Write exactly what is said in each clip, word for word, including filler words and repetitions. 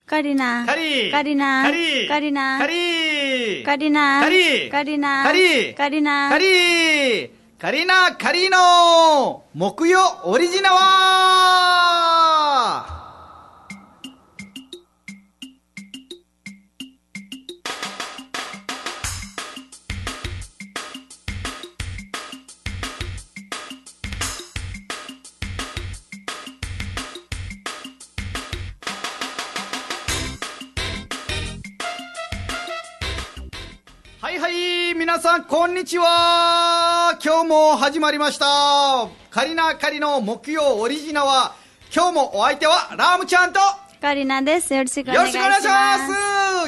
カリナ。 カリー。 カリナ。 カリー。 カリナ。 カリー。 カリナ。 カリー。 カリナ。 カリー。 カリナ。 カリー。カリナ、カリーの木曜オリジナははいはい、皆さんこんにちは。今日も始まりましたカリナカリの木曜オリジナは。今日もお相手はラムちゃんとカリナです。よろしくお願いします。 よろしくお願いします。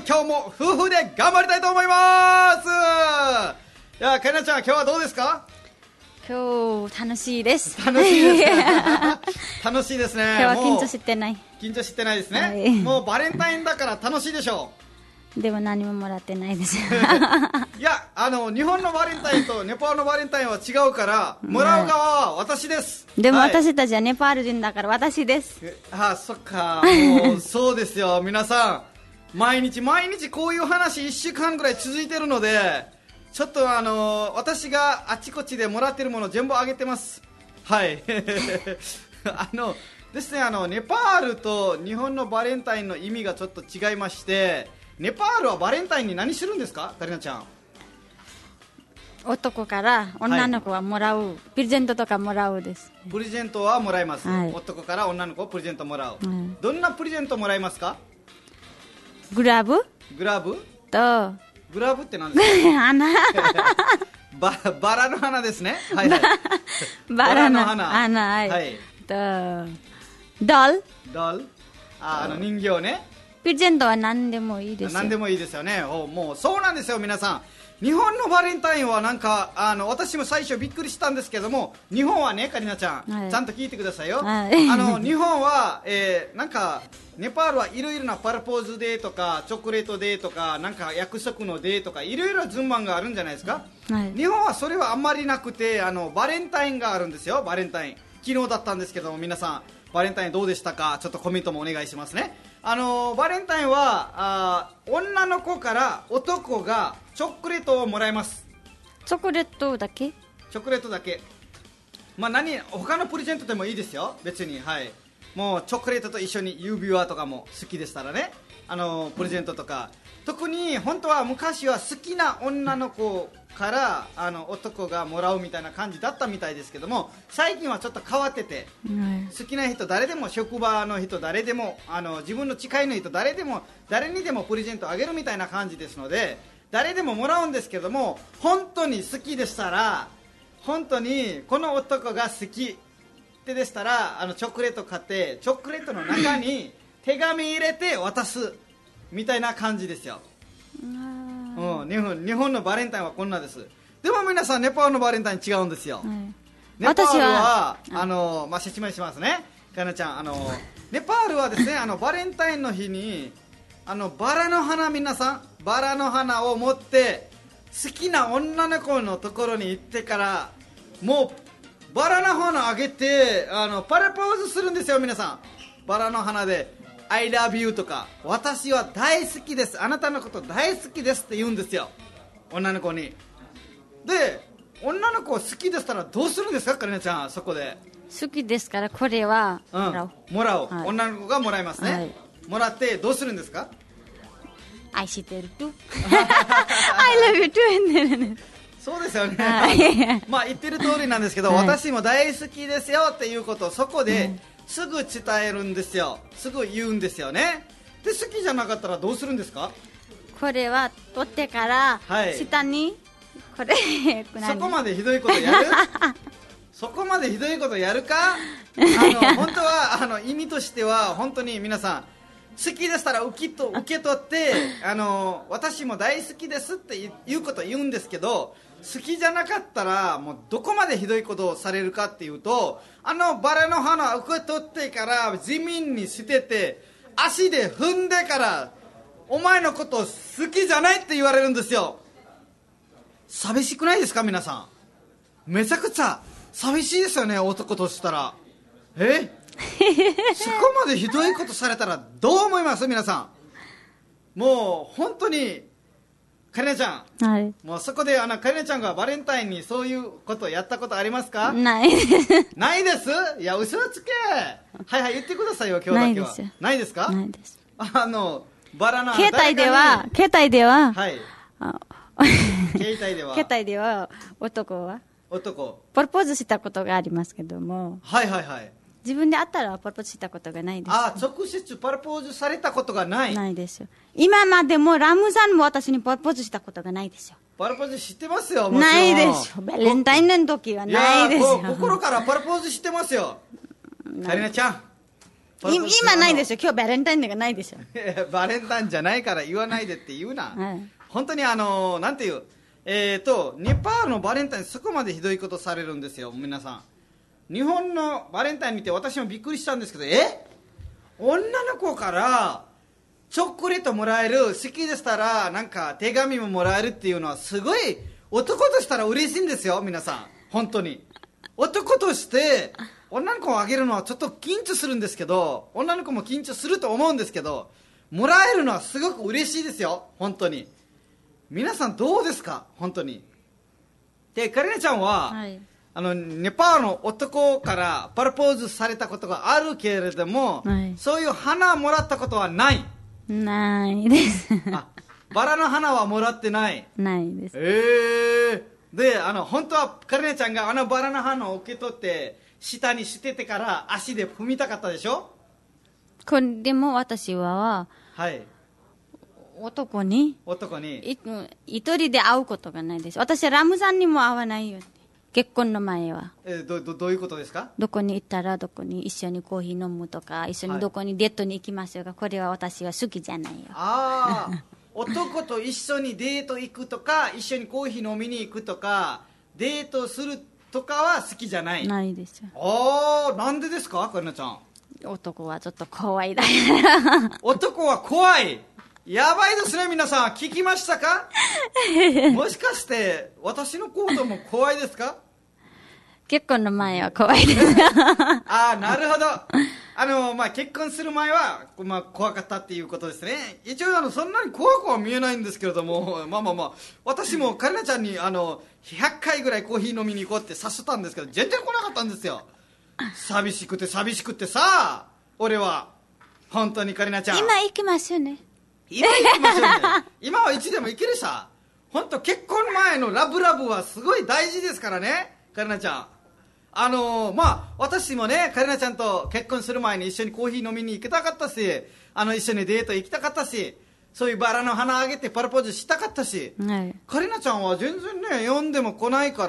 今日も夫婦で頑張りたいと思います。いや、カリナちゃん、今日はどうですか？ 今日楽しいです。 楽しいですね楽しいですね。 今日は緊張してない。 緊張してないですね、 はい、 もうバレンタインだから楽しいでしょう。でも何ももらってないですいや、あの日本のバレンタインとネパールのバレンタインは違うからもらう側は私です、 はい、でも私はい、 たちはネパール人だから私です。 あ、そっか、もうそうですよ。皆さん毎日毎日こういう話いっしゅうかんぐらい続いてるので、ちょっとあの私があちこちでもらってるもの全部あげてます。はいあのですね、あのネパールと日本のバレンタインの意味がちょっと違いまして、ネパールはバレンタインに何するんですか、カリナちゃん？ 男から女の子はもらう、はい、プレゼントとかもらうです。 プレゼントはもらいます、はい、男から女の子プレゼントもらう、はい、どんなプレゼントもらいますか？ グラブグラブとグラブって何ですか？ 花バ, バラの花ですね、はいはい、 バラの花、花、はい、はい、とドルドル、あ、あの人形ね。 プレゼントは何でもいいですよ。 何でもいいですよね。お、もうそうなんですよ。皆さん、日本のバレンタインはなんかあの私も最初びっくりしたんですけども、日本はね、カリナちゃん、はい、ちゃんと聞いてくださいよ、はい、あの日本は、えー、なんかネパールはいろいろなパラポーズデーとかチョコレートデーとかなんか約束のデーとかいろいろ順番があるんじゃないですか、はい、日本はそれはあんまりなくて、あのバレンタインがあるんですよ。バレンタイン昨日だったんですけども、皆さんバレンタインどうでしたか？ちょっとコメントもお願いしますね。あのバレンタインはあ女の子から男がチョコレートをもらいます。 チョコレートだけ？ チョコレートだけ、まあ、何他のプレゼントでもいいですよ、別に。はい、もうチョコレートと一緒に指輪とかも好きでしたらね、あのプレゼントとか、特に本当は昔は好きな女の子からあの男がもらうみたいな感じだったみたいですけども、最近はちょっと変わってて、うん、好きな人誰でも、職場の人誰でも、あの自分の近いの人誰でも誰にでもプレゼントあげるみたいな感じですので、誰でももらうんですけども、本当に好きでしたら、本当にこの男が好きってでしたら、あのチョコレート買ってチョコレートの中に手紙入れて渡すみたいな感じですよ。うん、日本、日本のバレンタインはこんなです。でも皆さんネパールのバレンタイン違うんですよ、はい、ネパールはあの、まあ、説明しますね、かなちゃん。あのネパールはですね、あのバレンタインの日にあのバラの花、皆さんバラの花を持って好きな女の子のところに行ってから、もうバラの花あげてあのパラポーズするんですよ。皆さんバラの花でI love you とか、私は大好きです、あなたのこと大好きですって言うんですよ、女の子に。で、女の子好きでしたらどうするんですか、カリナちゃん？そこで好きですからこれはもらう、 うん、もらう、はい、女の子がもらいますね、はい、もらってどうするんですか？ 愛してるとI love you too そうですよね、 はい、 まあ言ってる通りなんですけど、はい、私も大好きですよっていうことをそこで、うんすぐ伝えるんですよ。すぐ言うんですよね。で、好きじゃなかったらどうするんですか？これは取ってから、はい、下にこれそこまでひどいことやるそこまでひどいことやるか？あの本当はあの意味としては本当に皆さん好きでしたら受けと受け取ってあの私も大好きですっていうことを言うんですけど、好きじゃなかったらもうどこまでひどいことをされるかっていうと、あのバラの花を受け取ってから地面に捨てて足で踏んでからお前のこと好きじゃないって言われるんですよ。寂しくないですか皆さん？めちゃくちゃ寂しいですよね、男としたら。えそこまでひどいことされたらどう思います皆さん。もう本当にカリナちゃん、 はい、 もうそこであのカリナちゃんがバレンタインにそういうことをやったことありますか？ ないですないです。いや嘘つけ。はいはい言ってくださいよ今日だけは。ないです。ないですか？ ないです。 あのバラの携帯では携帯でははい携帯では携帯では男は男プロポーズしたことがありますけども、 はいはいはい、 自分で会ったらプロポーズしたことがないです。 あ、直接プロポーズされたことがない。 ないですよ。今までもラムさんも私にプロポーズしたことがないですよ。 プロポーズ知ってますよ。 もちろんないですよ。バレンタインの時はないですよ。 心からプロポーズしてますよ。カリナちゃん今ないですよ。今日バレンタインデーがないですよ。 バレンタインじゃないから言わないでって言うな、はい、本当にあのー、なんていうえーとネパールのバレンタインそこまでひどいことされるんですよ。皆さん日本のバレンタイン見て私もびっくりしたんですけど、え女の子からチョコレートもらえる、好きでしたらなんか手紙ももらえるっていうのはすごい男としたら嬉しいんですよ。皆さん本当に男として女の子をあげるのはちょっと緊張するんですけど、女の子も緊張すると思うんですけど、もらえるのはすごく嬉しいですよ。本当に皆さんどうですか本当に。でカリナちゃんは、はい、あのネパールの男からプロポーズされたことがあるけれども、はい、そういう花をもらったことはない。 ないですあ、バラの花はもらってない。 ないです。 えー、であの本当はカリナちゃんがあのバラの花を受け取って下に捨ててから足で踏みたかったでしょ。 これでも私は、はい、男に男に一人で会うことがないです。私はラムさんにも会わないよ。結婚の前は。 えー、ど, ど, どういうことですか？ どこに行ったらどこに一緒にコーヒー飲むとか、一緒にどこにデートに行きますよが、これは私は好きじゃないよ。 ああ男と一緒にデート行くとか一緒にコーヒー飲みに行くとかデートするとかは好きじゃない。 ないですよ。 ああなんでですかカリナちゃん。 男はちょっと怖いだ男は怖い。やばいですね皆さん聞きましたか？もしかして私の行動も怖いですか？ 結婚の前は怖いですああなるほど。あの、まあ、結婚する前は、まあ、怖かったっていうことですね。一応あのそんなに怖くは見えないんですけれども、まあまあまあ私もカリナちゃんにあのひゃっかいぐらいコーヒー飲みに行こうって誘ったんですけど全然来なかったんですよ。寂しくて寂しくてさ俺は本当にカリナちゃん今行きますよね。 今行きましょうね今はいつでも行けるさ。本当結婚前のラブラブはすごい大事ですからねカリナちゃん。あのー、まあ私もねカリナちゃんと結婚する前に一緒にコーヒー飲みに行きたかったし、あの一緒にデート行きたかったし、そういうバラの花あげてプロポーズしたかったし、はい、カリナちゃんは全然ね呼んでも来ないから、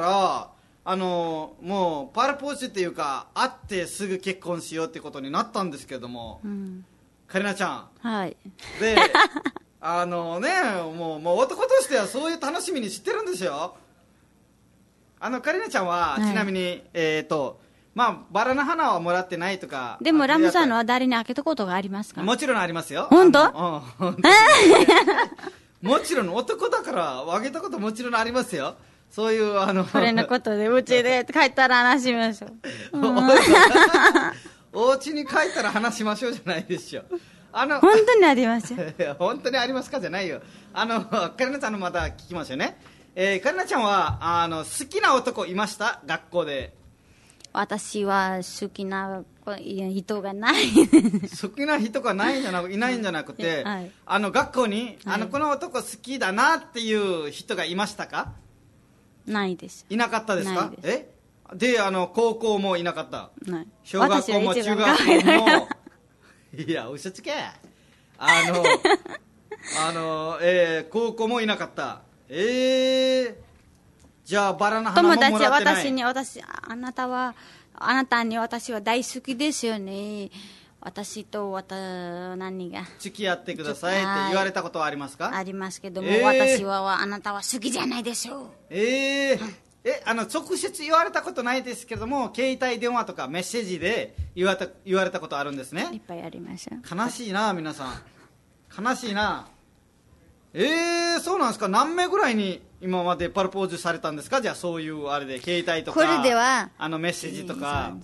あのー、もうプロポーズっていうか会ってすぐ結婚しようってことになったんですけども、うん、カリナちゃん、はい、であのねもう、もう男としてはそういう楽しみに知ってるんですよ。あのカリナちゃんは、はい、ちなみに、えーとまあ、バラの花はもらってないとか。 でもラムさんのは誰に開けたことがありますか？ もちろんありますよ。 本当？ うんもちろん男だからあげたこともちろんありますよ。そういうあのこれのことでうちで帰ったら話しましょう、うん、 お家に帰ったら話しましょうじゃないでしょ。あの本当にありますよ本当にありますかじゃないよ。あのカリナちゃんのまた聞きましょうね。えー、カリナちゃんはあの好きな男いました学校で？ 私は好きな人がない好きな人がないんじゃなくいないんじゃなくて、はい、あの学校に、はい、あのこの男好きだなっていう人がいましたか？ ないです。 いなかったですか？ です。 えであの高校もいなかった？ ない。 小学校も中学校もいや嘘つけ。あのあの、えー、高校もいなかった。えー、じゃあバラの花ももらってない。 友達は私に私あなたはあなたに私は大好きですよね。私とわた何が付き合ってくださいって言われたことはありますか？ ありますけども、えー、私はあなたは好きじゃないでしょう。 えー、えあの直接言われたことないですけども携帯電話とかメッセージで言われた言われたことあるんですね。 いっぱいありました。 悲しいな皆さん悲しいな。えー、そうなんですか。何名ぐらいに今までプロポーズされたんですか？じゃあそういうあれで携帯とかこれではあのメッセージとか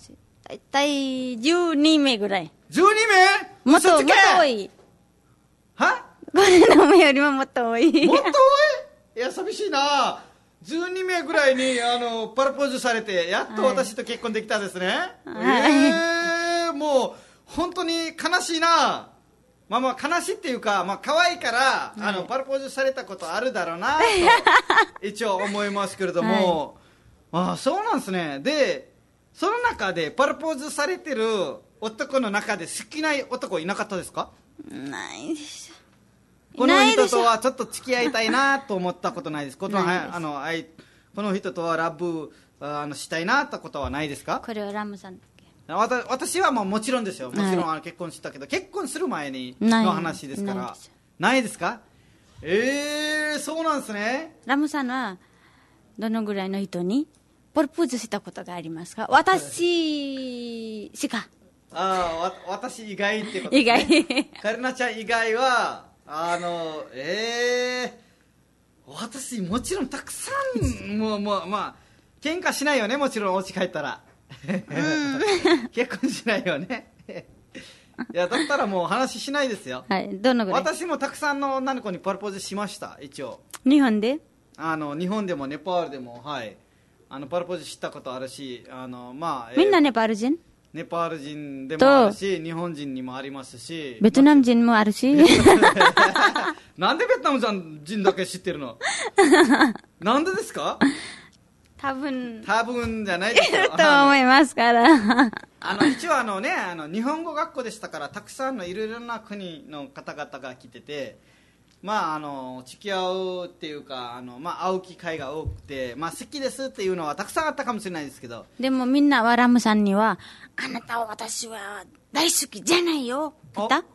だいたいじゅうにめいぐらい。 じゅうにめい？ もっと、もっと嘘つけ多い。 はこれの目よりももっと多い。 もっと多い？いや、寂しいな。じゅうにめいぐらいに、あの、パラポーズされて、やっと私と結婚できたんですね。はい、えー、もう、本当に悲しいな。まあまあ悲しいっていうか、まあ可愛いから、はい、あのパラポーズされたことあるだろうなと一応思いますけれども、はい、ああそうなんですね。でその中でパラポーズされてる男の中で好きな男いなかったですか？ ないでしょ。 この人とはちょっと付き合いたいなと思ったことないです。このあのあいこの人とはラブあのしたいなってことはないですか？ これはラムさん。 私はまあもちろんですよ。もちろんあの結婚したけど、はい、結婚する前にの話ですから。ないです。ないですか？えー、そうなんですね。 ラムさんはどのぐらいの人にプロポーズしたことがありますか？私しか。 ああ、私以外ってことですね。 以外。 カルナちゃん以外はあのえー、私もちろんたくさんもうもうまあ喧嘩しないよね、もちろんお家帰ったら。うん、結婚しないよね。いやだったらもう話しないですよ。 はい、どのぐらい？ 私もたくさんの女の子にプロポーズしました。一応日本であの日本でもネパールでも、はい、あのプロポーズしたことあるし、あの、まあ、 みんなネパール人？ ネパール人でもあるし、日本人にもありますし、 ベトナム人もあるし。 なんでベトナム人だけ知ってるの？なんでですか？ 多分多分じゃないですよ。 と思いますから。 あの一応あのね、あの日本語学校でしたから、たくさんのいろいろな国の方々が来てて、まああの付き合うっていうか、あのまあ会う機会が多くて、まあ好きですっていうのはたくさんあったかもしれないですけど。 でもみんなはラムさんには、あなたは私は大好きじゃないよって言った？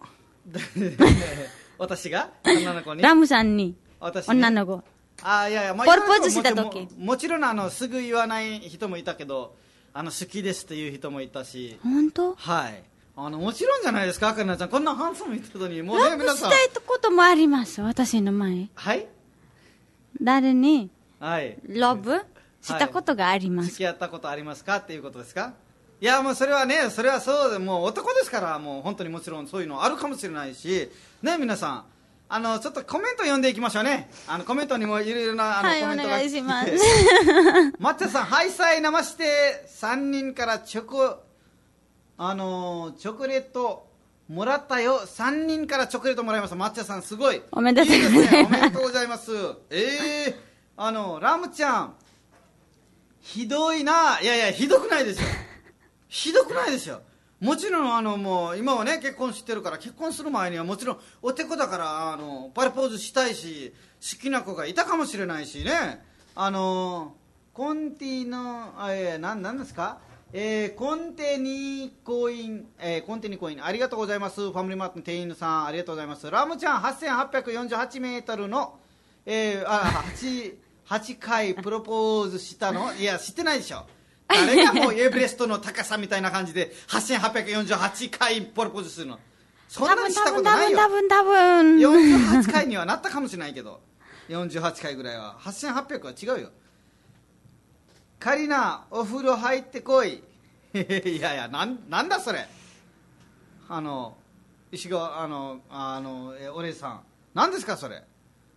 私が女の子に。 ラムさんに、 私ね、女の子。 あいやいや、まあ、 プロポーズした時も, も, もちろんあのすぐ言わない人もいたけど、あの好きですっていう人もいたし。 本当？ はい、あのもちろんじゃないですか、赤菜ちゃん。こんなハンサム人にもうね、皆さんラブしたいこともあります、私の前。 はい、 誰にはいラブしたことがあります、はい、 付き合ったことありますかっていうことですか？いやもうそれはね、それはそうで、もう男ですから、もう本当にもちろんそういうのあるかもしれないしね。皆さんあのちょっとコメント読んでいきましょうね。あのコメントにもいろいろなあの、はい、コメントが来て、お願いします。マッチャさん、ハイサイナマしてさんにんからチョコあのチョコレートもらったよ。さんにんからチョコレートもらいました。マッチャさんすごい。 おめでとうございます。いいですね、 おめでとうございます。えー、あのラムちゃんひどいな。いやいや、ひどくないですよ。ひどくないですよ。もちろんあのもう今はね結婚してるから、結婚する前にはもちろんおてこだからあのパラポーズしたいし、好きな子がいたかもしれないしね。あのコンティのあ、えー、なんなんですか、えー、コンテニコイン、えー、コンテニコインありがとうございます。ファミリーマートの店員さんありがとうございます。ラムちゃんはっせんはっぴゃくよんじゅうはちメートルの、えー、あ 8, 8回プロポーズしたの？いや知ってないでしょ。誰がもうエベレストの高さみたいな感じではっせんはっぴゃくよんじゅうはちかいプロポーズするの？そんなにしたことないよ。 多分多分多分よんじゅうはちかいにはなったかもしれないけど、よんじゅうはちかいぐらいは。はっせんはっぴゃくは違うよ。カリナお風呂入ってこい。いやいや、なんなんだそれ。あの石川あのあのえお姉さん、なんですかそれ。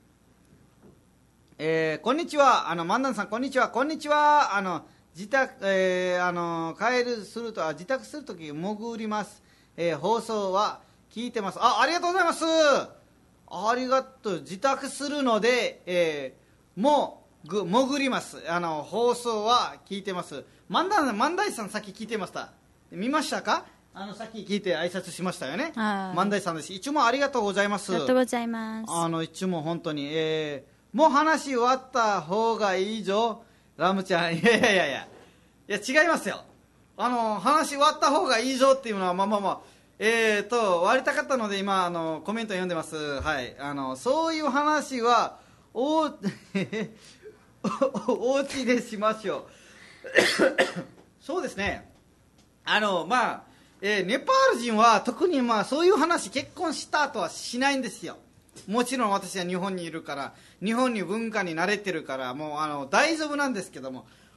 えー、こんにちは。あのマンダンさん、こんにちは。こんにちは。あの自宅、えー、あの帰るすると自宅するとき潜ります、えー、放送は聞いてます。あ、ありがとうございます。ありがとう。自宅するので、えー、もうぐ潜ります。あの放送は聞いてます。マンダマンダイさんさっき聞いてました。見ましたか？あのさっき聞いて挨拶しましたよね。マンダイさんです。いつもありがとうございます。 ありがとうございます。 あのいつも本当に、えー、もう話終わった方がいいぞラムちゃん。いやいやいやいやいや違いますよ。あの話終わった方がいいぞっていうのはまあまあまあえーと終わりたかったので今あのコメント読んでます。はい、あのそういう話はおお家でしましょう。そうですね。あのまあ、えー、ネパール人は特にまあそういう話結婚した後はしないんですよ。もちろん私は日本にいるから、日本に文化に慣れてるからもうあの大丈夫なんですけども、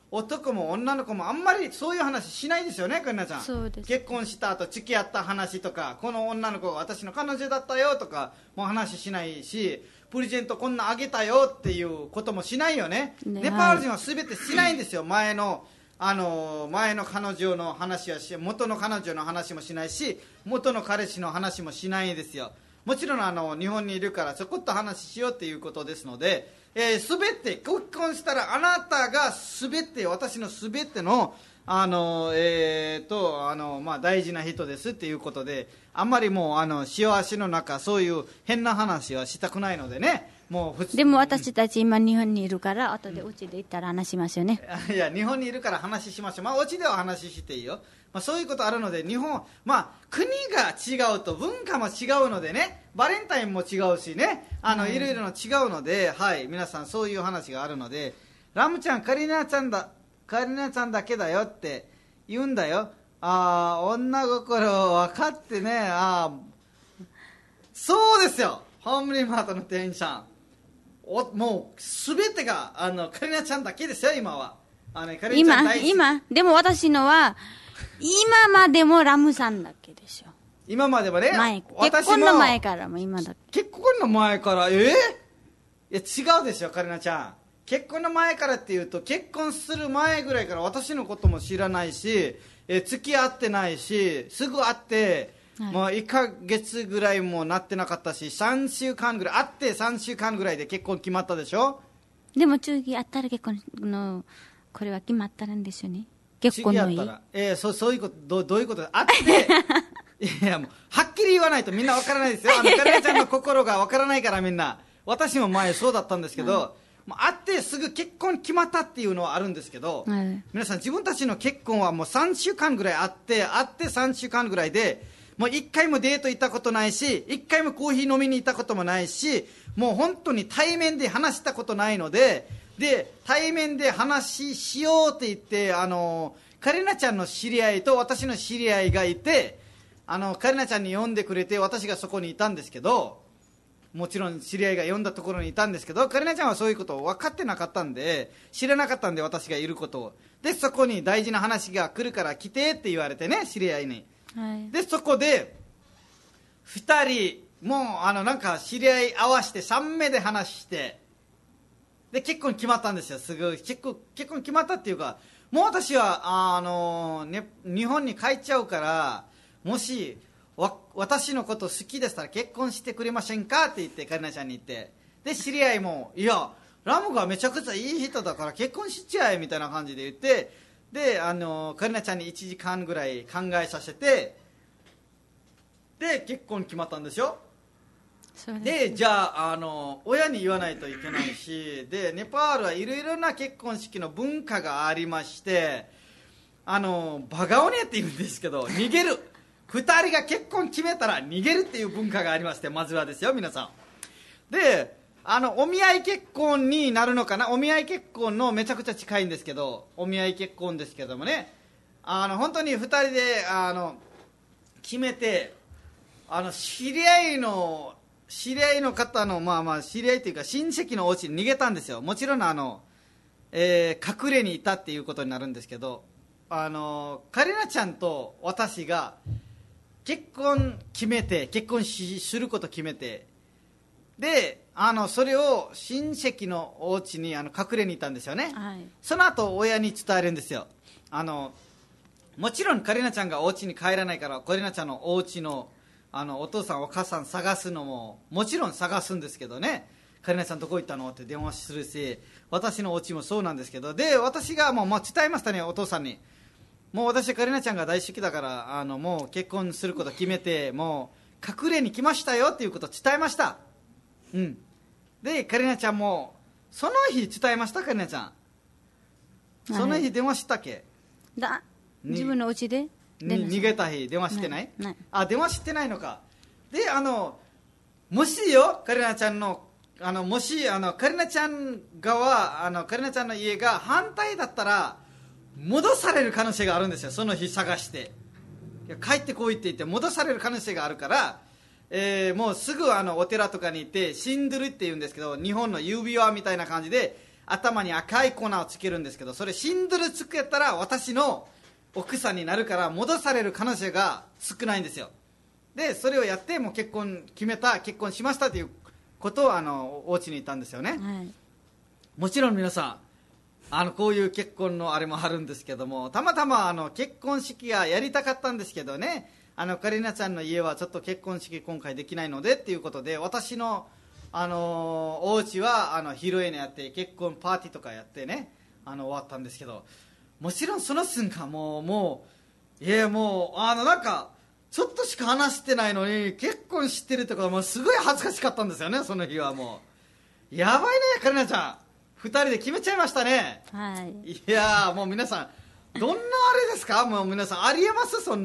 男も女の子もあんまりそういう話しないですよね、カリナちゃん。 そうです。 結婚した後付き合った話とか、この女の子が私の彼女だったよとかもう話しないし、プレゼントこんなあげたよっていうこともしないよね。 ね、 ネパール人は全てしないんですよ。前のあの前の彼女の話はし、元の彼女の話もしないし、元の彼氏の話もしないんですよ。もちろんあの日本にいるからそこと話しようっていうことですので、えー、全て結婚したらあなたが全て、私の全てのあの、えー、とあの、まあ、大事な人ですっていうことで、あんまりもうあの幸せの中そういう変な話はしたくないのでね。もう普通でも私たち今日本にいるから後でうちで行ったら話しますよね。 いや日本にいるから話しましょう。まあうちでは話していいよ。まあ、そういうことあるので、日本、まあ、国が違うと文化も違うのでね、バレンタインも違うしね、あの、はい、いろいろの違うので、はい、皆さんそういう話があるので、ラムちゃんカリナちゃんだカリナちゃんだけだよって言うんだよ。ああ、女心分かってね。ああ、そうですよ、ホームリーマートの店員さん、おもう全てがあのカリナちゃんだけですよ今は。あのカリナちゃん大好き。 今今でも私のは今までもラムさんだけでしょ。 今までもね、 前結婚の前からも今だけ。 結婚の前からえー、いや違うでしょカリナちゃん。結婚の前からっていうと、結婚する前ぐらいから私のことも知らないし、え付き合ってないし、すぐ会って、はい、もういっかげつぐらいもなってなかったし、さんしゅうかんぐらい会ってさんしゅうかんぐらいで結婚決まったでしょ。 でも次会ったら結婚のこれは決まったんですよね。結婚の日。 えー、そそういうこと、どどういうことで会っていやもうはっきり言わないとみんなわからないですよ。あのカリナちゃんの心がわからないからみんな。私も前そうだったんですけど、はい、会ってすぐ結婚決まったっていうのはあるんですけど、はい、皆さん自分たちの結婚はもうさんしゅうかんぐらい会って会ってさんしゅうかんぐらいで、もういっかいもデート行ったことないし、いっかいもコーヒー飲みに行ったこともないし、もう本当に対面で話したことないので、で対面で話しようって言って、あのカリナちゃんの知り合いと私の知り合いがいて、あのカリナちゃんに呼んでくれて、私がそこにいたんですけど、もちろん知り合いが呼んだところにいたんですけど、カリナちゃんはそういうことを分かってなかったんで、知らなかったんで、私がいることを。でそこに大事な話が来るから来てって言われてね、知り合いに、はい、でそこでふたりもうあのなんか知り合い合わせてさんめいで話して、で結婚決まったんですよ。すぐ結婚結婚決まったっていうか、もう私はあの、ね、日本に帰っちゃうから、もしわ私のこと好きでしたら結婚してくれませんかって言ってカリナちゃんに言って、で知り合いもいやラムがめちゃくちゃいい人だから結婚しちゃえみたいな感じで言って、であのカリナちゃんにいちじかんぐらい考えさせて、で結婚決まったんですよ。でじゃあ、あの親に言わないといけないし、でネパールはいろいろな結婚式の文化がありまして、あのバガオネって言うんですけど、逃げるふたりが結婚決めたら逃げるっていう文化がありまして、まずはですよ皆さん。であのお見合い結婚になるのかな、お見合い結婚のめちゃくちゃ近いんですけど、お見合い結婚ですけどもね、あの本当にふたりであの決めて、あの知り合いの知り合いの方のまあまあ知り合いというか親戚のお家に逃げたんですよ。もちろんあの、えー、隠れにいたっていうことになるんですけど、あのカリナちゃんと私が結婚決めて、結婚しすること決めて、であのそれを親戚のお家にあの隠れに行ったんですよね、はい、その後親に伝えるんですよ。あのもちろんカリナちゃんがお家に帰らないから、カリナちゃんのお家のあのお父さんお母さん探すのももちろん探すんですけどね、カリナちゃんどこ行ったのって電話するし、私のお家もそうなんですけど、で私がもう、まあ、伝えましたね、お父さんに。もう私カリナちゃんが大好きだから、あのもう結婚すること決めて、もう隠れに来ましたよっていうことを伝えました。うん。でカリナちゃんもその日伝えました。カリナちゃんその日電話したっけ、 だ自分の家で逃げた日電話してない、 ないない、 あ電話してないのか。であのもしよカリナちゃんのあのもしあのカリナちゃん側あのカリナちゃんの家が反対だったら戻される可能性があるんですよ。その日探して帰ってこいって言って戻される可能性があるから、えー、もうすぐあのお寺とかに行ってシンドゥルって言うんですけど、日本の指輪みたいな感じで頭に赤い粉をつけるんですけど、それシンドルつけたら私の奥さんになるから戻される可能性が少ないんですよ。でそれをやってもう結婚決めた、結婚しましたということをあのお家にいたんですよね、はい、もちろん皆さんあのこういう結婚のあれもあるんですけども、たまたまあの結婚式がやりたかったんですけどね、あのカリナちゃんの家はちょっと結婚式今回できないのでっていうことで、私のあのお家はあの披露宴やって結婚パーティーとかやってね、あの終わったんですけど、もちろんその瞬間もうもういやもうあのなんかちょっとしか話してないのに結婚してるとかもうすごい恥ずかしかったんですよね。その日はもうやばいね、カリナちゃんふたりで決めちゃいましたね。はい。いやもう皆さんどんなあれですか、もう皆さんありえますそん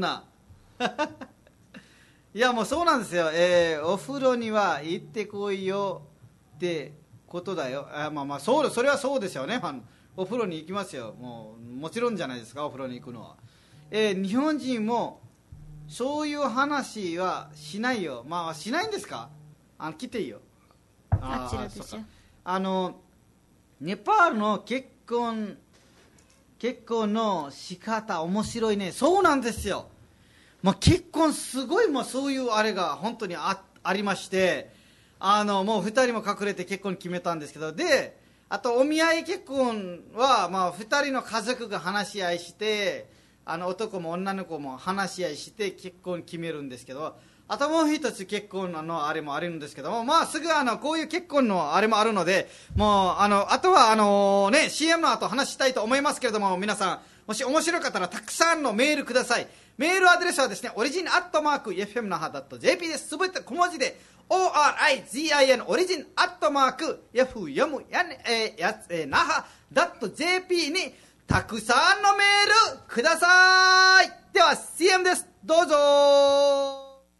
ないやもうそうなんですよ、えー、お風呂には行ってこいよってことだよ。あまあまあそう、それはそうですよね。お風呂に行きますよ、もうもちろんじゃないですか、お風呂に行くのは。えー、日本人もそういう話はしないよ。まあしないんですか、あの来ていいよ。ああちらですよ。あのネパールの結婚結婚の仕方面白いね。そうなんですよ、まあ、結婚すごい、まあ、そういうあれが本当に あ, ありまして、あのもうふたりも隠れて結婚決めたんですけど、であとお見合い結婚は、まあ、ふたりの家族が話し合いして、あの男も女の子も話し合いして結婚決めるんですけど、あともう一つ結婚のあれもあるんですけども、まあすぐあのこういう結婚のあれもあるので、もうあのあとはあのね シーエム の後話したいと思いますけれども、皆さんもし面白かったらたくさんのメールください。メールアドレスはですね、オリジンアットマーク エフエム 那覇 .jp です。すべて小文字で オーアールアイジーアイエヌ オリジンアットマーク エフエム 那覇 .jp にたくさんのメールください。では シーエム です、どうぞ。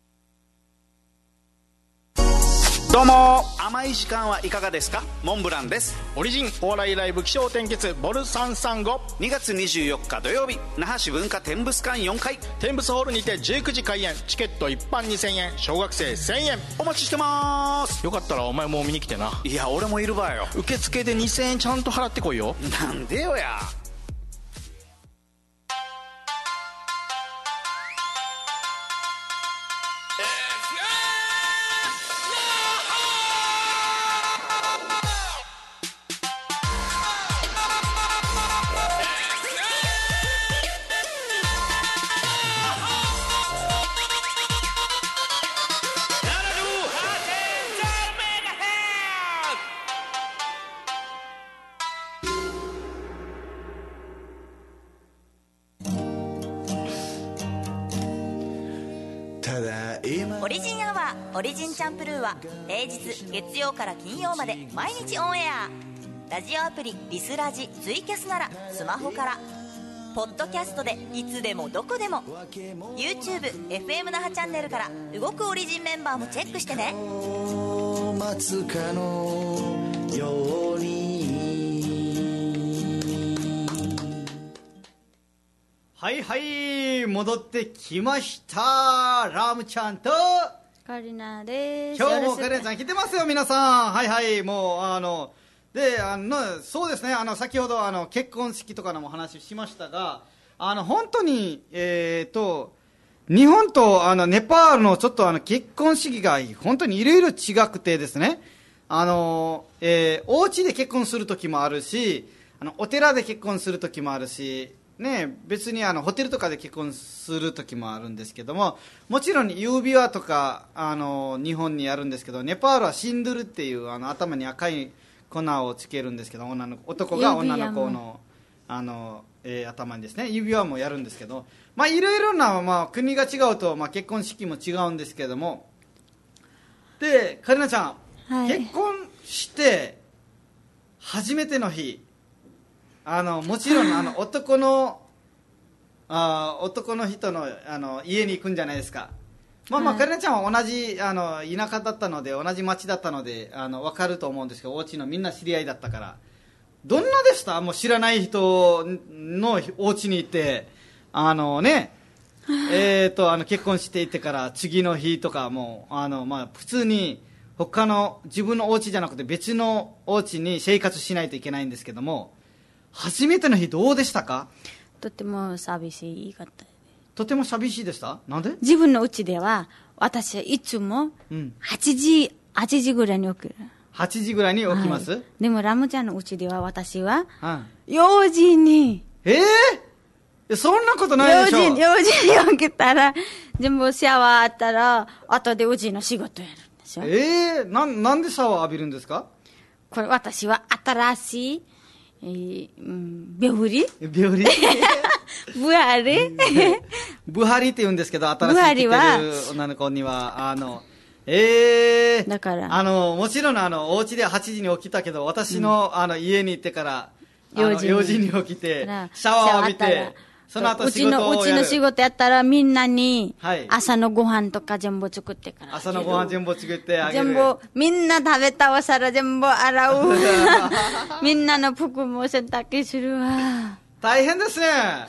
どうも、甘い時間はいかがですか。モンブランです。 オリジンお笑いライブ起承転結ボルさんさんご、 にがつにじゅうよっか土曜日、那覇市文化天物館よんかい、 天物ホールにてじゅうくじ開演。チケット一般にせんえん、小学生せんえん。 お待ちしてます。 よかったらお前も見に来てな。 いや俺もいるわよ。 受付でにせんえんちゃんと払ってこいよ。 なんでよや。 オリジンアワー、オリジンチャンプルーは平日月曜から金曜まで毎日オンエア。ラジオアプリリスラジツイキャスならスマホから、ポッドキャストでいつでもどこでも、 YouTube、エフエム 那覇チャンネルから動くオリジンメンバーもチェックしてね。 待つかのように。 はいはい戻ってきました。ラムちゃんとカリナです。 今日もカリナちゃん来てますよ皆さん。はいはいもうあのであのそうですね、あの先ほどあの結婚式とかのも話しましたが、あの本当にえーと日本とあのネパールのちょっとあの結婚式が本当にいろいろ違くてですね、あの、えー、お家で結婚する時もあるし、あのお寺で結婚する時もあるしね、別にあのホテルとかで結婚する時もあるんですけども、もちろん指輪とかあの日本にあるんですけど、ネパールはシンドゥルっていうあの頭に赤い粉をつけるんですけど、女の男が女の子のあの、えー、頭にですね指輪もやるんですけど、まあいろいろな、まあ、国が違うと、まあ、結婚式も違うんですけども、でカリナちゃん、はい、結婚して初めての日、あのもちろんあの男のあ男の人のあの家に行くんじゃないですか。まあまあ、はい、カリナちゃんは同じあの田舎だったので同じ町だったのであの分かると思うんですけど、お家のみんな知り合いだったから、どんなでした？もう知らない人のお家に行ってあのねえーとあの結婚していてから次の日とかもあの、まあ、普通に他の自分のお家じゃなくて別のお家に生活しないといけないんですけども、初めての日どうでしたか？ とても寂しかった。 とても寂しいでした？なんで？ 自分の家では私はいつもはちじ、はちじぐらいに起きる。 はちじぐらいに起きます？はい、 でもラムちゃんの家では私ははいよじに、 えー、そんなことないでしょ。 よじ、よじに起きたら全部シャワーあったら後でうちの仕事やるんですよ。 えー、な, なんでシャワー浴びるんですか？ これ私は新しい、えーうん、ビョフリビョフリブハリブハリって言うんですけど、新しい着てる女の子にはあのえー、 だからあのもちろんあのお家ではちじに起きたけど、私の、うん、あの家に行ってからよじ に, よじに起きてシャワーを浴びて、その後仕事をやる。 うちのうちの仕事やったらみんなに朝のご飯とか全部作ってから、 朝のご飯全部作ってあげる。 全部みんな食べたお皿全部洗うみんなの服も洗濯するわ。 大変ですね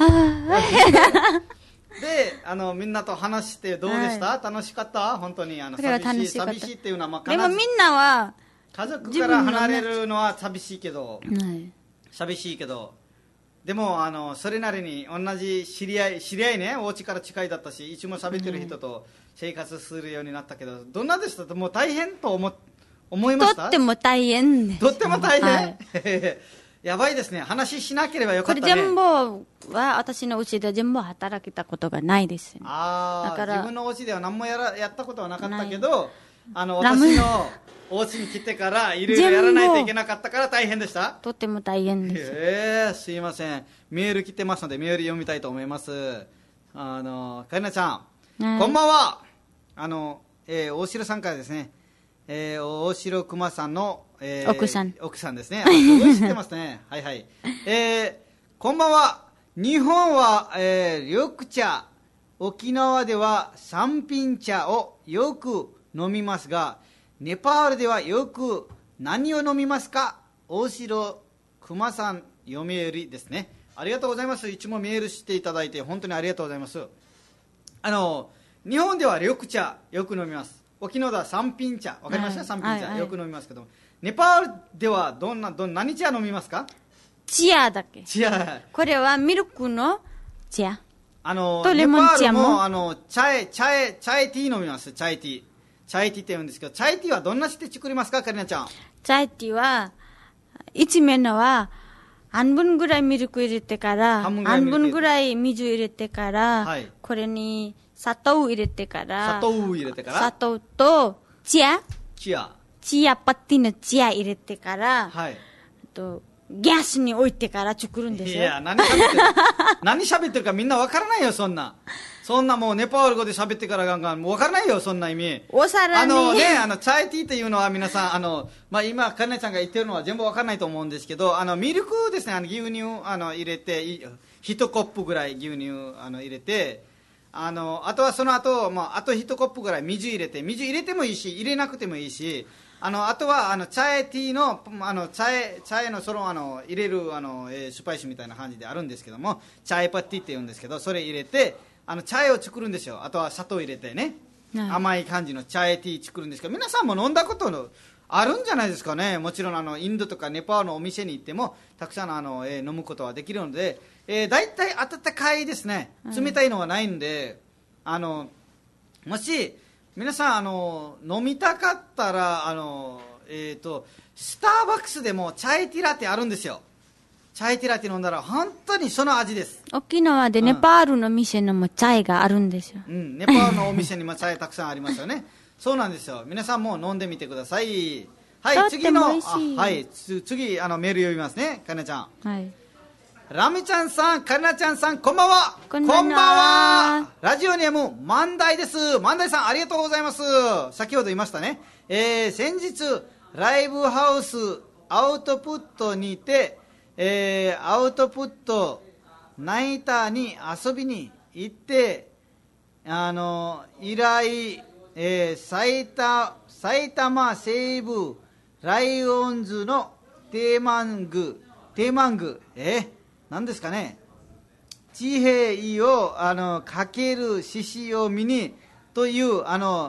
で、あのみんなと話してどうでした？はい、楽しかった？本当にあの寂しい寂しいっていうのは、まあ、 でもみんなは家族から離れるのは寂しいけど、 はい、 寂しいけど、でもあのそれなりに同じ知り合い知り合いね、お家から近いだったし、いつも喋ってる人と生活するようになったけど、どんなでした？もう大変と思思いました？ とっても大変です。 とっても大変、はい、やばいですね。話しなければよかったね。 これ全部は私のうちで全部働けたことがないです、ね、 ああ、自分のお家では何もやらやったことはなかったけど、あの私のお家に来てからいろいろやらないといけなかったから大変でした。 とっても大変です。 えー、すいません。メール来てますのでメール読みたいと思います。あのカリナちゃん、はい、こんばんは。あの、えー、大城さんからですね、えー、大城熊さんの、えー、 奥さん奥さんですね。すごい知ってますねはいはい、えー、こんばんは。日本は、えー、緑茶、沖縄では三品茶をよく飲みますが、ネパールではよく何を飲みますか？大城熊さん、読売ですね。ありがとうございます。いつもメールしていただいて本当にありがとうございます。あの日本では緑茶よく飲みます。沖縄では三品茶、わかりました、はい、三品茶、はい、よく飲みますけど、ネパールではどんなどん何茶飲みますか？ チアだけ。 チア。 これはミルクのチア。 あのとレモン茶も。 ネパールもあのチャイチャイチャイティー飲みます。チャイティー。チャイティーって言うんですけど、チャイティーはどんなして作りますか、カリナちゃん？ チャイティーは一面のは半分ぐらいミルク入れてから半分ぐらい水入れてから、はい、これに砂糖入れてから砂糖入れてから砂糖とチアチアチアパッティのチア入れてから、 はい、 とギャスに置いてから作るんですよ。 いや、何喋ってる何喋ってるかみんなわからないよ。そんなそんなもうネパール語で喋ってからガンガンもうわからないよ、そんな意味。 お皿にあのね、あのチャイティーっていうのは皆さんあの、まあ、今カリナちゃんが言ってるのは全部わからないと思うんですけど、あのミルクですね、あの牛乳あの入れて一コップぐらい牛乳あの入れて、あのあとはその後、まあ、あと一コップぐらい水入れて、水入れてもいいし入れなくてもいいし、あのあとはあのチャイティーのあのチャイチャイのそのあの入れるあの、えー、スパイスみたいな感じであるんですけども、チャイパッティって言うんですけど、それ入れてあのチャイを作るんですよ。あとは砂糖入れてね、はい、甘い感じのチャイティー作るんですけど、皆さんも飲んだことのあるんじゃないですかね。もちろんあのインドとかネパールのお店に行ってもたくさんあの、えー、飲むことはできるので、えー、だいたい温かいですね。冷たいのはないんで、うん、あのもし皆さんあの飲みたかったらあの、えー、とスターバックスでもチャイティラテあるんですよ。チャイティラテ飲んだら本当にその味です。 沖縄でネパールの店のもチャイがあるんですよ、 うん、ネパールのお店にもチャイたくさんありますよねそうなんですよ。皆さんも飲んでみてください。はい、次のあ、はい、次あのメール読みますね、かなちゃん。 はい、 ラミちゃんさん、かなちゃんさん、こんばんは。 こんばんは。 は。ラジオネーム万代です。万代さん、ありがとうございます。先ほど言いましたね、えー、先日ライブハウスアウトプットにて、えー、アウトプットナイターに遊びに行って、あの以来、えー、埼玉埼玉西部ライオンズのテーマングテーマングえー、何ですかね、地平をあのかける獅子を見にというあの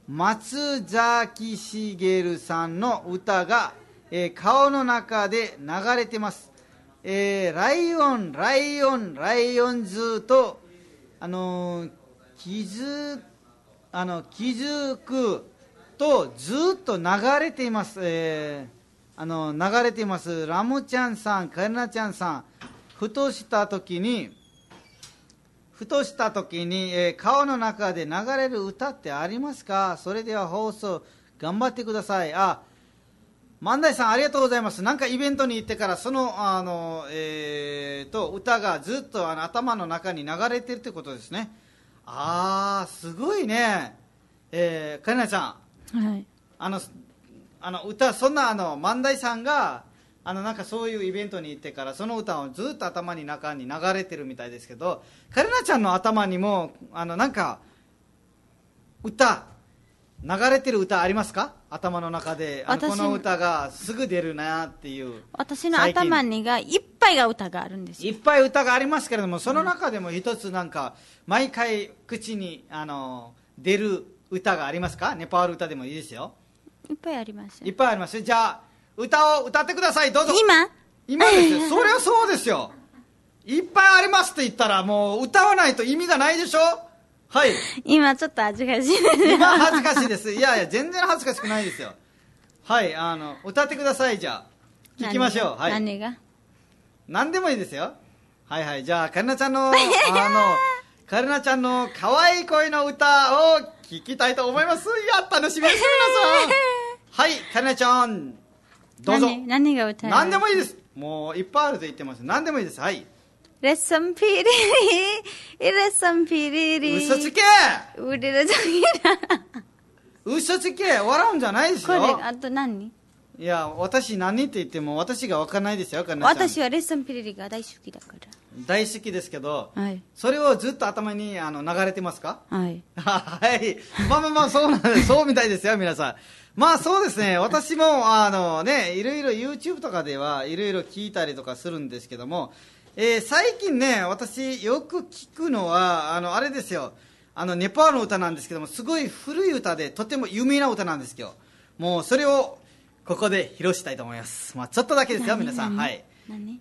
松崎しげるさんの歌が、えー、顔の中で流れてます、えー、ライオンライオンライオンズとあのー、気づあの気づくとずっと流れています、えー、あの流れています。ラムちゃんさん、カルナちゃんさん、ふとした時にふとした時に、えー、顔の中で流れる歌ってありますか？それでは放送頑張ってください。あ、万代さんありがとうございます。なんかイベントに行ってからそのあの、えー、と歌がずっとあの頭の中に流れてるってことですね。あー、すごいね。えー、かりなちゃん、はい、あのあの歌、そんなあの万代さんがあのなんかそういうイベントに行ってからその歌をずっと頭に中に流れてるみたいですけど、カレナちゃんの頭にもあのなんか歌流れてる歌ありますか？頭の中であのこの歌がすぐ出るなっていう。 私の頭にがいっぱいが歌があるんですよ。 いっぱい歌がありますけれども、その中でも一つなんか毎回口にあの出る歌がありますか？ネパール歌でもいいですよ。 いっぱいあります。 いっぱいあります。じゃあ歌を歌ってください。どうぞ。 今今ですよ。そりゃそうですよ。いっぱいありますって言ったらもう歌わないと意味がないでしょ。はい。 今ちょっと恥ずかしいです。 今恥ずかしいです。いやいや全然恥ずかしくないですよ。はい、あの歌ってください。じゃあ聞きましょう。はい。 何が？ 何でもいいですよ。はいはい。じゃあカリナちゃんのあのカリナちゃんの可愛い声の歌を聞きたいと思います。や楽しみです皆さん。はい、カリナちゃんどうぞ。 何, 何が歌える？ 何でもいいです。もういっぱいあると言ってます。何でもいいです。はい。 レッサンピリリレッサンピリリ嘘つけウリレザギラ嘘つけ笑うんじゃないですよ。 これあと何？ いや私何って言っても私が分からないですよ。 私はレッサンピリリが大好きだから。 大好きですけど、 はい、 それをずっと頭にあの流れてますか？ はいはいまあまあまあそうなんですそうみたいですよ皆さん。まあそうですね、私もあのねいろいろ YouTube とかではいろいろ聞いたりとかするんですけども、えー、最近ね私よく聞くのはあのあれですよ、あのネパールの歌なんですけども、すごい古い歌でとても有名な歌なんですよ。もうそれをここで披露したいと思います。まあちょっとだけですよ皆さん。はい。 何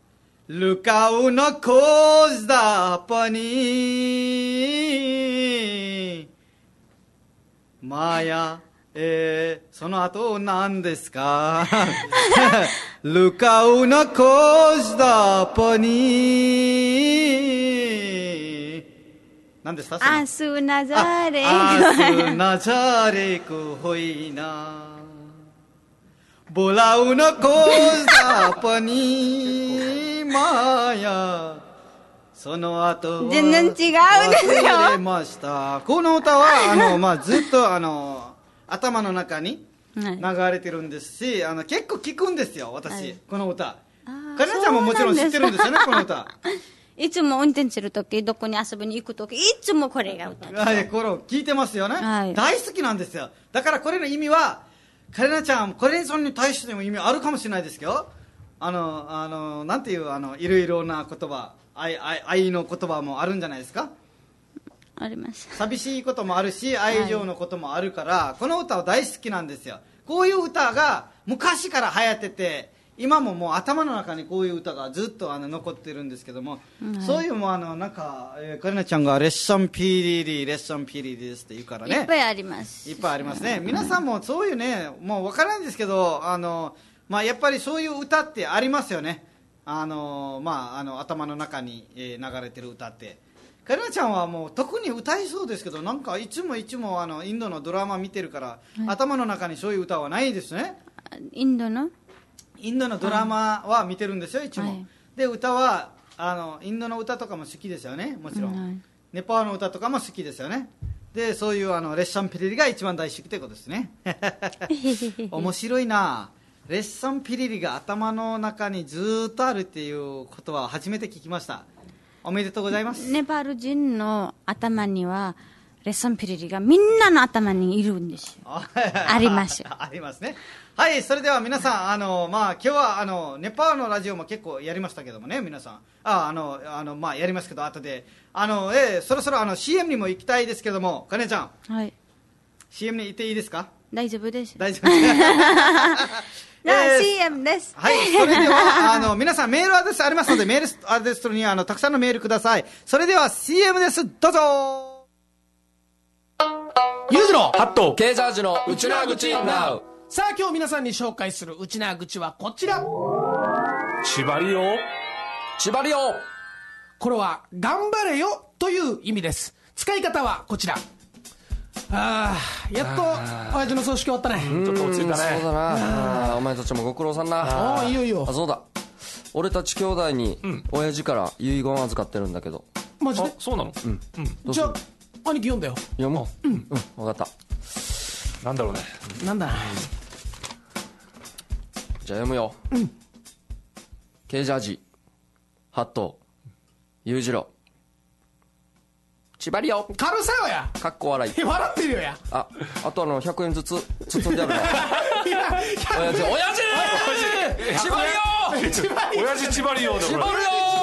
Lukau na kozda pani Maya えー、その後何ですかLukau na kozda pani 何ですか？ アスナザレアスナザレクホイナBolau na kozda pani Maya その後全然違うんですよ。 忘れました。この歌はあの、まあ、ずっとあの頭の中に流れてるんですし、はい、あの結構聞くんですよ私、はい、この歌。かりなちゃんももちろん知ってるんですよねこの歌。 いつも運転するとき、どこに遊びに行くとき、いつもこれが歌ってる。 はい、これを聞いてますよね、はい、大好きなんですよ。だからこれの意味はカリナちゃん、これに対しても意味あるかもしれないですけど、あの、あの、なんていう、あの、いろいろな言葉、愛、愛、愛の言葉もあるんじゃないですか？ あります。 寂しいこともあるし、愛情のこともあるから、はい、この歌は大好きなんですよ。こういう歌が昔から流行ってて、今ももう頭の中にこういう歌がずっとあの残ってるんですけども、はい、そういうもあのなんか、えー、カリナちゃんがレッサンピリリレッサンピリリですって言うからね、 いっぱいあります。 いっぱいありますね。皆さんもそういうね、もう分からないんですけど、あの、まあ、やっぱりそういう歌ってありますよね。あの、まあ、あの頭の中に、えー、流れてる歌って。カリナちゃんはもう特に歌いそうですけど、なんかいつもいつもあのインドのドラマ見てるから、はい、頭の中にそういう歌はないですね。 インドのインドのドラマは見てるんですよ、いつも、はい、で歌はあのインドの歌とかも好きですよね、もちろん、はい、ネパールの歌とかも好きですよね。でそういうあのレッサンピリリが一番大好きということですね。面白いな。レッサンピリリが頭の中にずっとあるっていうことは初めて聞きました。おめでとうございます。 ネパール人の頭にはレッサンピリリがみんなの頭にいるんですよ。ありますよ。 ありますね。はい、それでは皆さん、あの、まあ、今日は、あの、ネパールのラジオも結構やりましたけどもね、皆さん。あ、あの、あの、まあ、やりますけど、後で。あの、えー、そろそろ、あの、シーエム にも行きたいですけども、かねちゃん。 はい。 シーエム にいていいですか？ 大丈夫です。 大丈夫です。 じゃあ、えー、シーエム です。 はい、それでは、あの、皆さんメールアドレスありますので、メールアドレスに、あの、たくさんのメールください。それでは シーエム です。どうぞ。 ゆうじろハット、ケージャージのうちなぐちナウ。 さあ、今日皆さんに紹介するうちなぐちはこちら。 ちばりよ。ちばりよ。 これは、頑張れよという意味です。使い方はこちら。ああ、やっと親父の葬式終わったね。 ちょっと落ち着いたね。 そうだな。あ、お前たちもご苦労さんな。 ああ、いいよいいよ。 あ、そうだ、俺たち兄弟に親父から遺言預かってるんだけど。 マジで？ そうなの？ うん、 うん、じゃあ兄貴読んだよ。 読もう。うんうん、分かった。 なんだろうね。 なんだ。 じゃあ読むよ。うん。ケージャージ、ハット、裕次郎、ちばりよ。 軽さよや。 かっこ笑い。 笑ってるよや。 あ、あとあのひゃくえんずつ包んであるな。親父、親父、ちばりよ。 親父ちばりよ。 ちばりよ。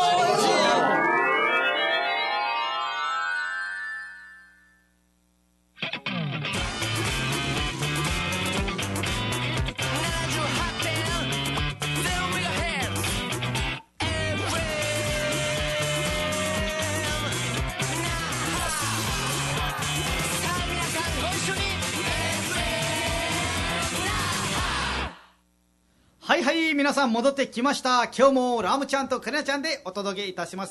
はいはい、皆さん戻ってきました。今日もラムちゃんとカネちゃんでお届けいたします。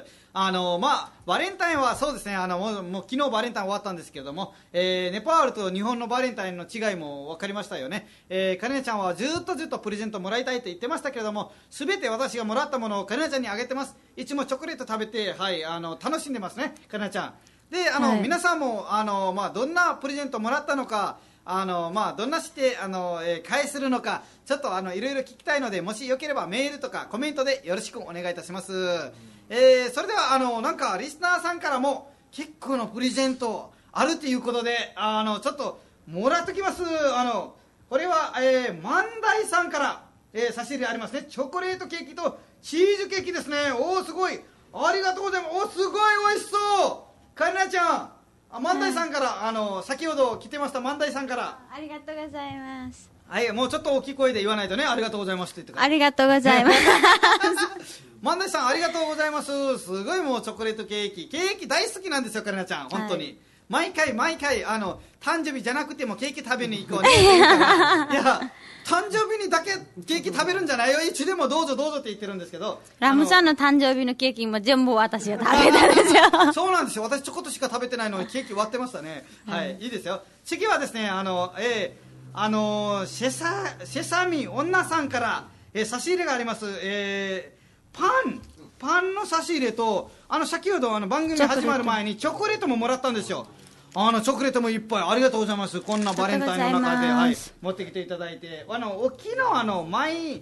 あのまあバレンタインはそうですね、あのもう、もう昨日バレンタイン終わったんですけれども、えー、ネパールと日本のバレンタインの違いも分かりましたよね。えー、カネちゃんはずっとずっとプレゼントもらいたいと言ってましたけれども、すべて私がもらったものをカネちゃんにあげてます。いつもチョコレート食べて、はい、あの楽しんでますね、カネちゃんで。あの、はい、皆さんもあの、まあ、どんなプレゼントもらったのか、あのまあ、どんなしてあの、えー、返するのか、ちょっとあのいろいろ聞きたいので、もしよければメールとかコメントでよろしくお願いいたします。えー、それではあのなんかリスナーさんからも結構のプレゼントあるということで、あのちょっともらっときます。あのこれは、えー、万代さんから、えー、差し入れありますね。チョコレートケーキとチーズケーキですね。おー、すごい、ありがとうございます。おー、すごい美味しそう。カリナちゃん、あ、万代さんから、はい、あの先ほど来てました万代さんから、 ありがとうございます。 はい、もうちょっと大きい声で言わないとね、ありがとうございますって言ってから。 ありがとうございます。 万代さんありがとうございます。すごいもうチョコレートケーキ、ケーキ大好きなんですよ、カリナちゃん、本当に。はい、毎回毎回あの誕生日じゃなくてもケーキ食べに行こうねって言うから、いや誕生日にだけケーキ食べるんじゃないよ、いつでもどうぞどうぞって言ってるんですけど、 ラムさんの誕生日のケーキも全部私が食べたんですよ。 そうなんですよ、私ちょこっとしか食べてないのにケーキ割ってましたね。はい、はい、いいですよ。次はですね、あの、えー、あのセサセサミ女さんから、えー、差し入れがあります。えー、パンパンの差し入れと、あの先ほどあの番組始まる前にチョコレートももらったんですよ。あのチョコレートもいっぱい、ありがとうございます。こんなバレンタインの中で、はい、持ってきていただいて、あの沖のあの舞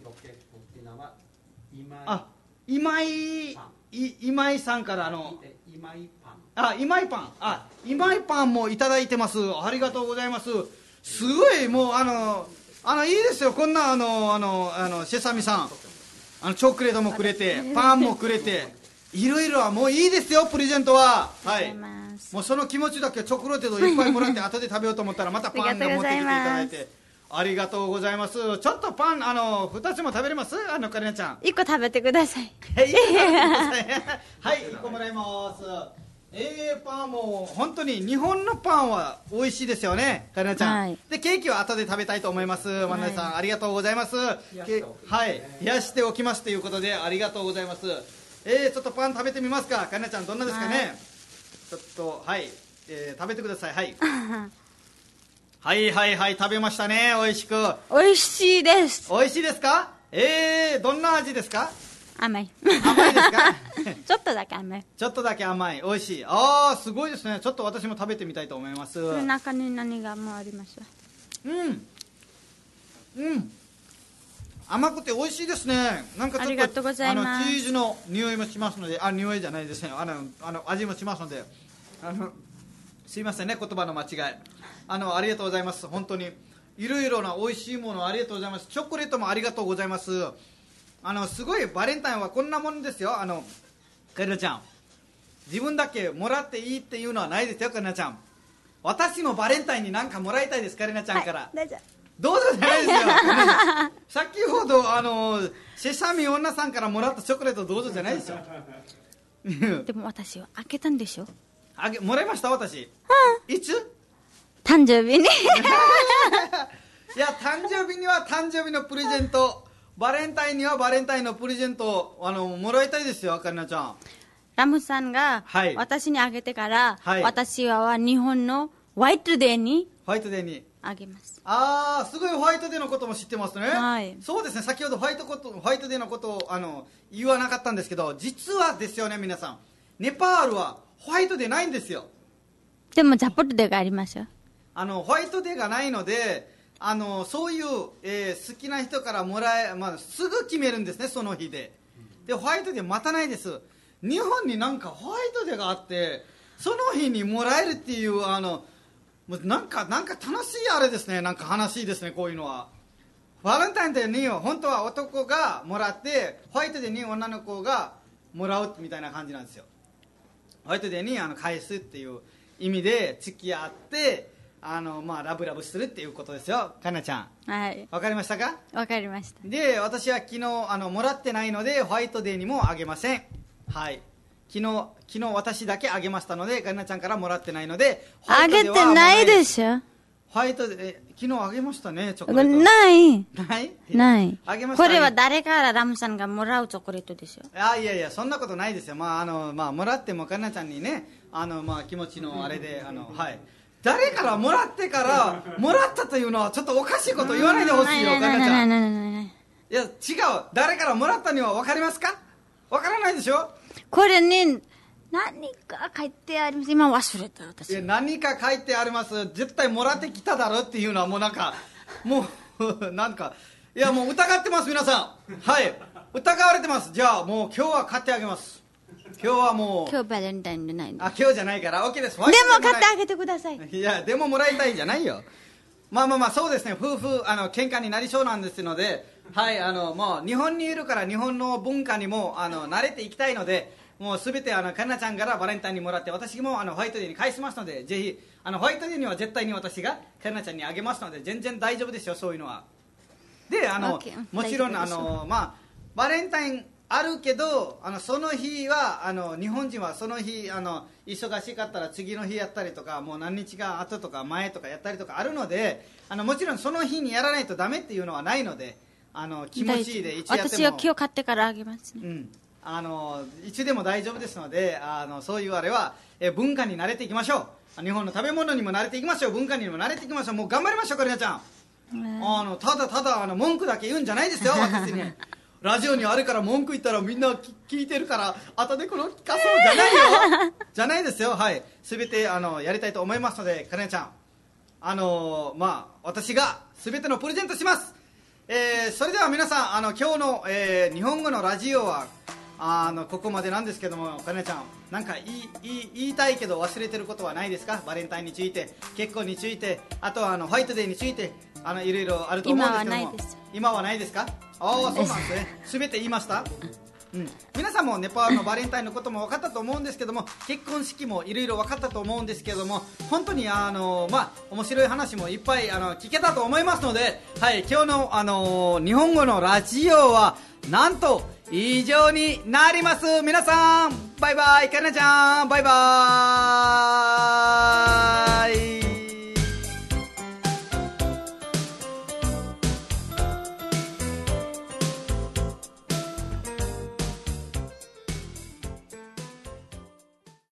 あ今井今井さんからあの今井パンあ今井パンあ今井パンもいただいてます。ありがとうございます。すごいもうあのあのいいですよ、こんなあのあのあのセサミさん、あのチョコレートもくれてパンもくれて、いろいろはもういいですよ、プレゼントは。はい、もうその気持ちだけチョコレートをいっぱいもらって後で食べようと思ったらまたパンが持ってきていただいて、ありがとうございます。ちょっとパンあのふたつも食べれます？あのカリナちゃんいっこ食べてください。 はい、いっこ食べてください。はい、いっこもらいます。えー、パンも本当に日本のパンは美味しいですよね、カリナちゃん。はい、でケーキは後で食べたいと思います。万内さん、はい、ありがとうございます。はい、冷やしておきますということでありがとうございます。えー、ちょっとパン食べてみますか、カリナちゃん、どんなですかね。はい、ちょっとはい、えー、食べてください。はいはいはいはい、食べましたね、美味しく。 美味しいです。 美味しいですか。えー、どんな味ですか。 甘い。 甘いですか。 ちょっとだけ甘い。 ちょっとだけ甘い、美味しい。あー、すごいですね。ちょっと私も食べてみたいと思います。 中に何がもあります。 うんうん甘くて美味しいですね。なんかちょっとありがとうございます。 あのチーズの匂いもしますので、あ、匂いじゃないですね、あのあの味もしますので、あのすいませんね、言葉の間違い。あのありがとうございます。本当にいろいろな美味しいものありがとうございます。チョコレートもありがとうございます。あのすごいバレンタインはこんなものですよ。あのカリナちゃん、自分だけもらっていいっていうのはないですよ、カリナちゃん。 私もバレンタインに何かもらいたいです、カレナちゃんから。 どうぞ。 どうぞじゃないですよ。先ほど、あの、セサミ女さんからもらったチョコレートどうぞじゃないですよ。 でも私は開けたんでしょ。 あげ、もらいました私。いつ誕生日に。 いや、誕生日には誕生日のプレゼント、バレンタインにはバレンタインのプレゼントを、あの、もらいたいですよ、カレナちゃん。 ラムさんが私にあげてから、はい、私は日本のホワイトデーにホワイトデーにあげます。 ああ、すごいホワイトデーのことも知ってますね。 はい、 そうですね、先ほどホワイトことホワイトデーのことをあの言わなかったんですけど、実はですよね、皆さん、ネパールはホワイトデーないんですよ。 でもジャポットデーがありますよ。 あのホワイトデーがないので、あのそういう、えー、好きな人からもらえ、まあ、すぐ決めるんですね、その日で。でホワイトデー待たないです。日本になんかホワイトデーがあって、その日にもらえるっていう、あのもうなんかなんか楽しいあれですね、なんか話ですね、こういうのは。バレンタインデーに本当は男がもらって、ホワイトデーに女の子がもらうみたいな感じなんですよ。ホワイトデーにあの返すっていう意味で付き合って、あの、まあ、ラブラブするっていうことですよ、かなちゃん。 はい。 わかりましたか？ わかりました。 で、私は昨日あのもらってないのでホワイトデーにもあげません。はい。昨日昨日私だけあげましたので、かなちゃんからもらってないので、 あげてないでしょ。 ホワイトデー、昨日あげましたね、チョコレート。 ないないないあげました。 これは誰からラムさんがもらうチョコレートでしょ。 あ、いやいや、そんなことないですよ。まああのまあもらってもかなちゃんにね、あのまあ気持ちのあれで、あのはい。誰からもらってからもらったというのはちょっとおかしいこと言わないでほしいよ、かなちゃん。いや違う、誰からもらったには分かりますか？分からないでしょ。これね、何か書いてあります。今忘れた私。 いや、何か書いてあります。絶対もらってきただろっていうのはもうなんかもうなんか、いやもう疑ってます皆さん。はい、疑われてます。じゃあもう今日は買ってあげます。今日はもう今日バレンタインじゃないの。 あ、今日じゃないから OK です。でも買ってあげてください。 いや、でももらいたいんじゃないよ。まあまあまあ、そうですね、夫婦あの喧嘩になりそうなんですので、はい、あのもう日本にいるから日本の文化にもあの慣れていきたいので、もうすべてあのかなちゃんからバレンタインにもらって、私もあのホワイトデーに返しますので、ぜひあのホワイトデーには絶対に私がかなちゃんにあげますので、全然大丈夫ですよ、そういうのは。で、あのもちろんあの、まあ、バレンタインあるけど、あのその日はあの日本人はその日あの忙しかったら次の日やったりとか、もう何日か後とか前とかやったりとかあるので、あのもちろんその日にやらないとダメっていうのはないので、あの気持ちいいで一応やっても、 私は今日買ってからあげますね。 うん、あのいつでも大丈夫ですので、あのそういうあれはえ文化に慣れていきましょう。日本の食べ物にも慣れていきましょう。文化にも慣れていきましょう。もう頑張りましょう、かりなちゃん。あのただただあの文句だけ言うんじゃないですよ、私に。ラジオにあるから文句言ったらみんな聞いてるから後でこの聞かそうじゃないよ。じゃないですよ。はい、全てあのやりたいと思いますので、かりなちゃん、あのまあ私が全てのプレゼントします。えー、それでは皆さん、あの今日の、えー、日本語のラジオはあのここまでなんですけども、かなちゃん、なんか言い、言い、言いたいけど忘れてることはないですか？バレンタインについて、結婚について、あとはあのホワイトデーについて、あのいろいろあると思うんですけども。 今はないです。 今はないですか？ああ、そうなんですね。すべて言いました。うん、皆さんもネパールのバレンタインのことも分かったと思うんですけども、結婚式もいろいろ分かったと思うんですけども、本当にあの、まあ、面白い話もいっぱいあの聞けたと思いますので、はい、今日の、あの日本語のラジオはなんと以上になります。皆さんバイバイ、かなちゃんバイバイ。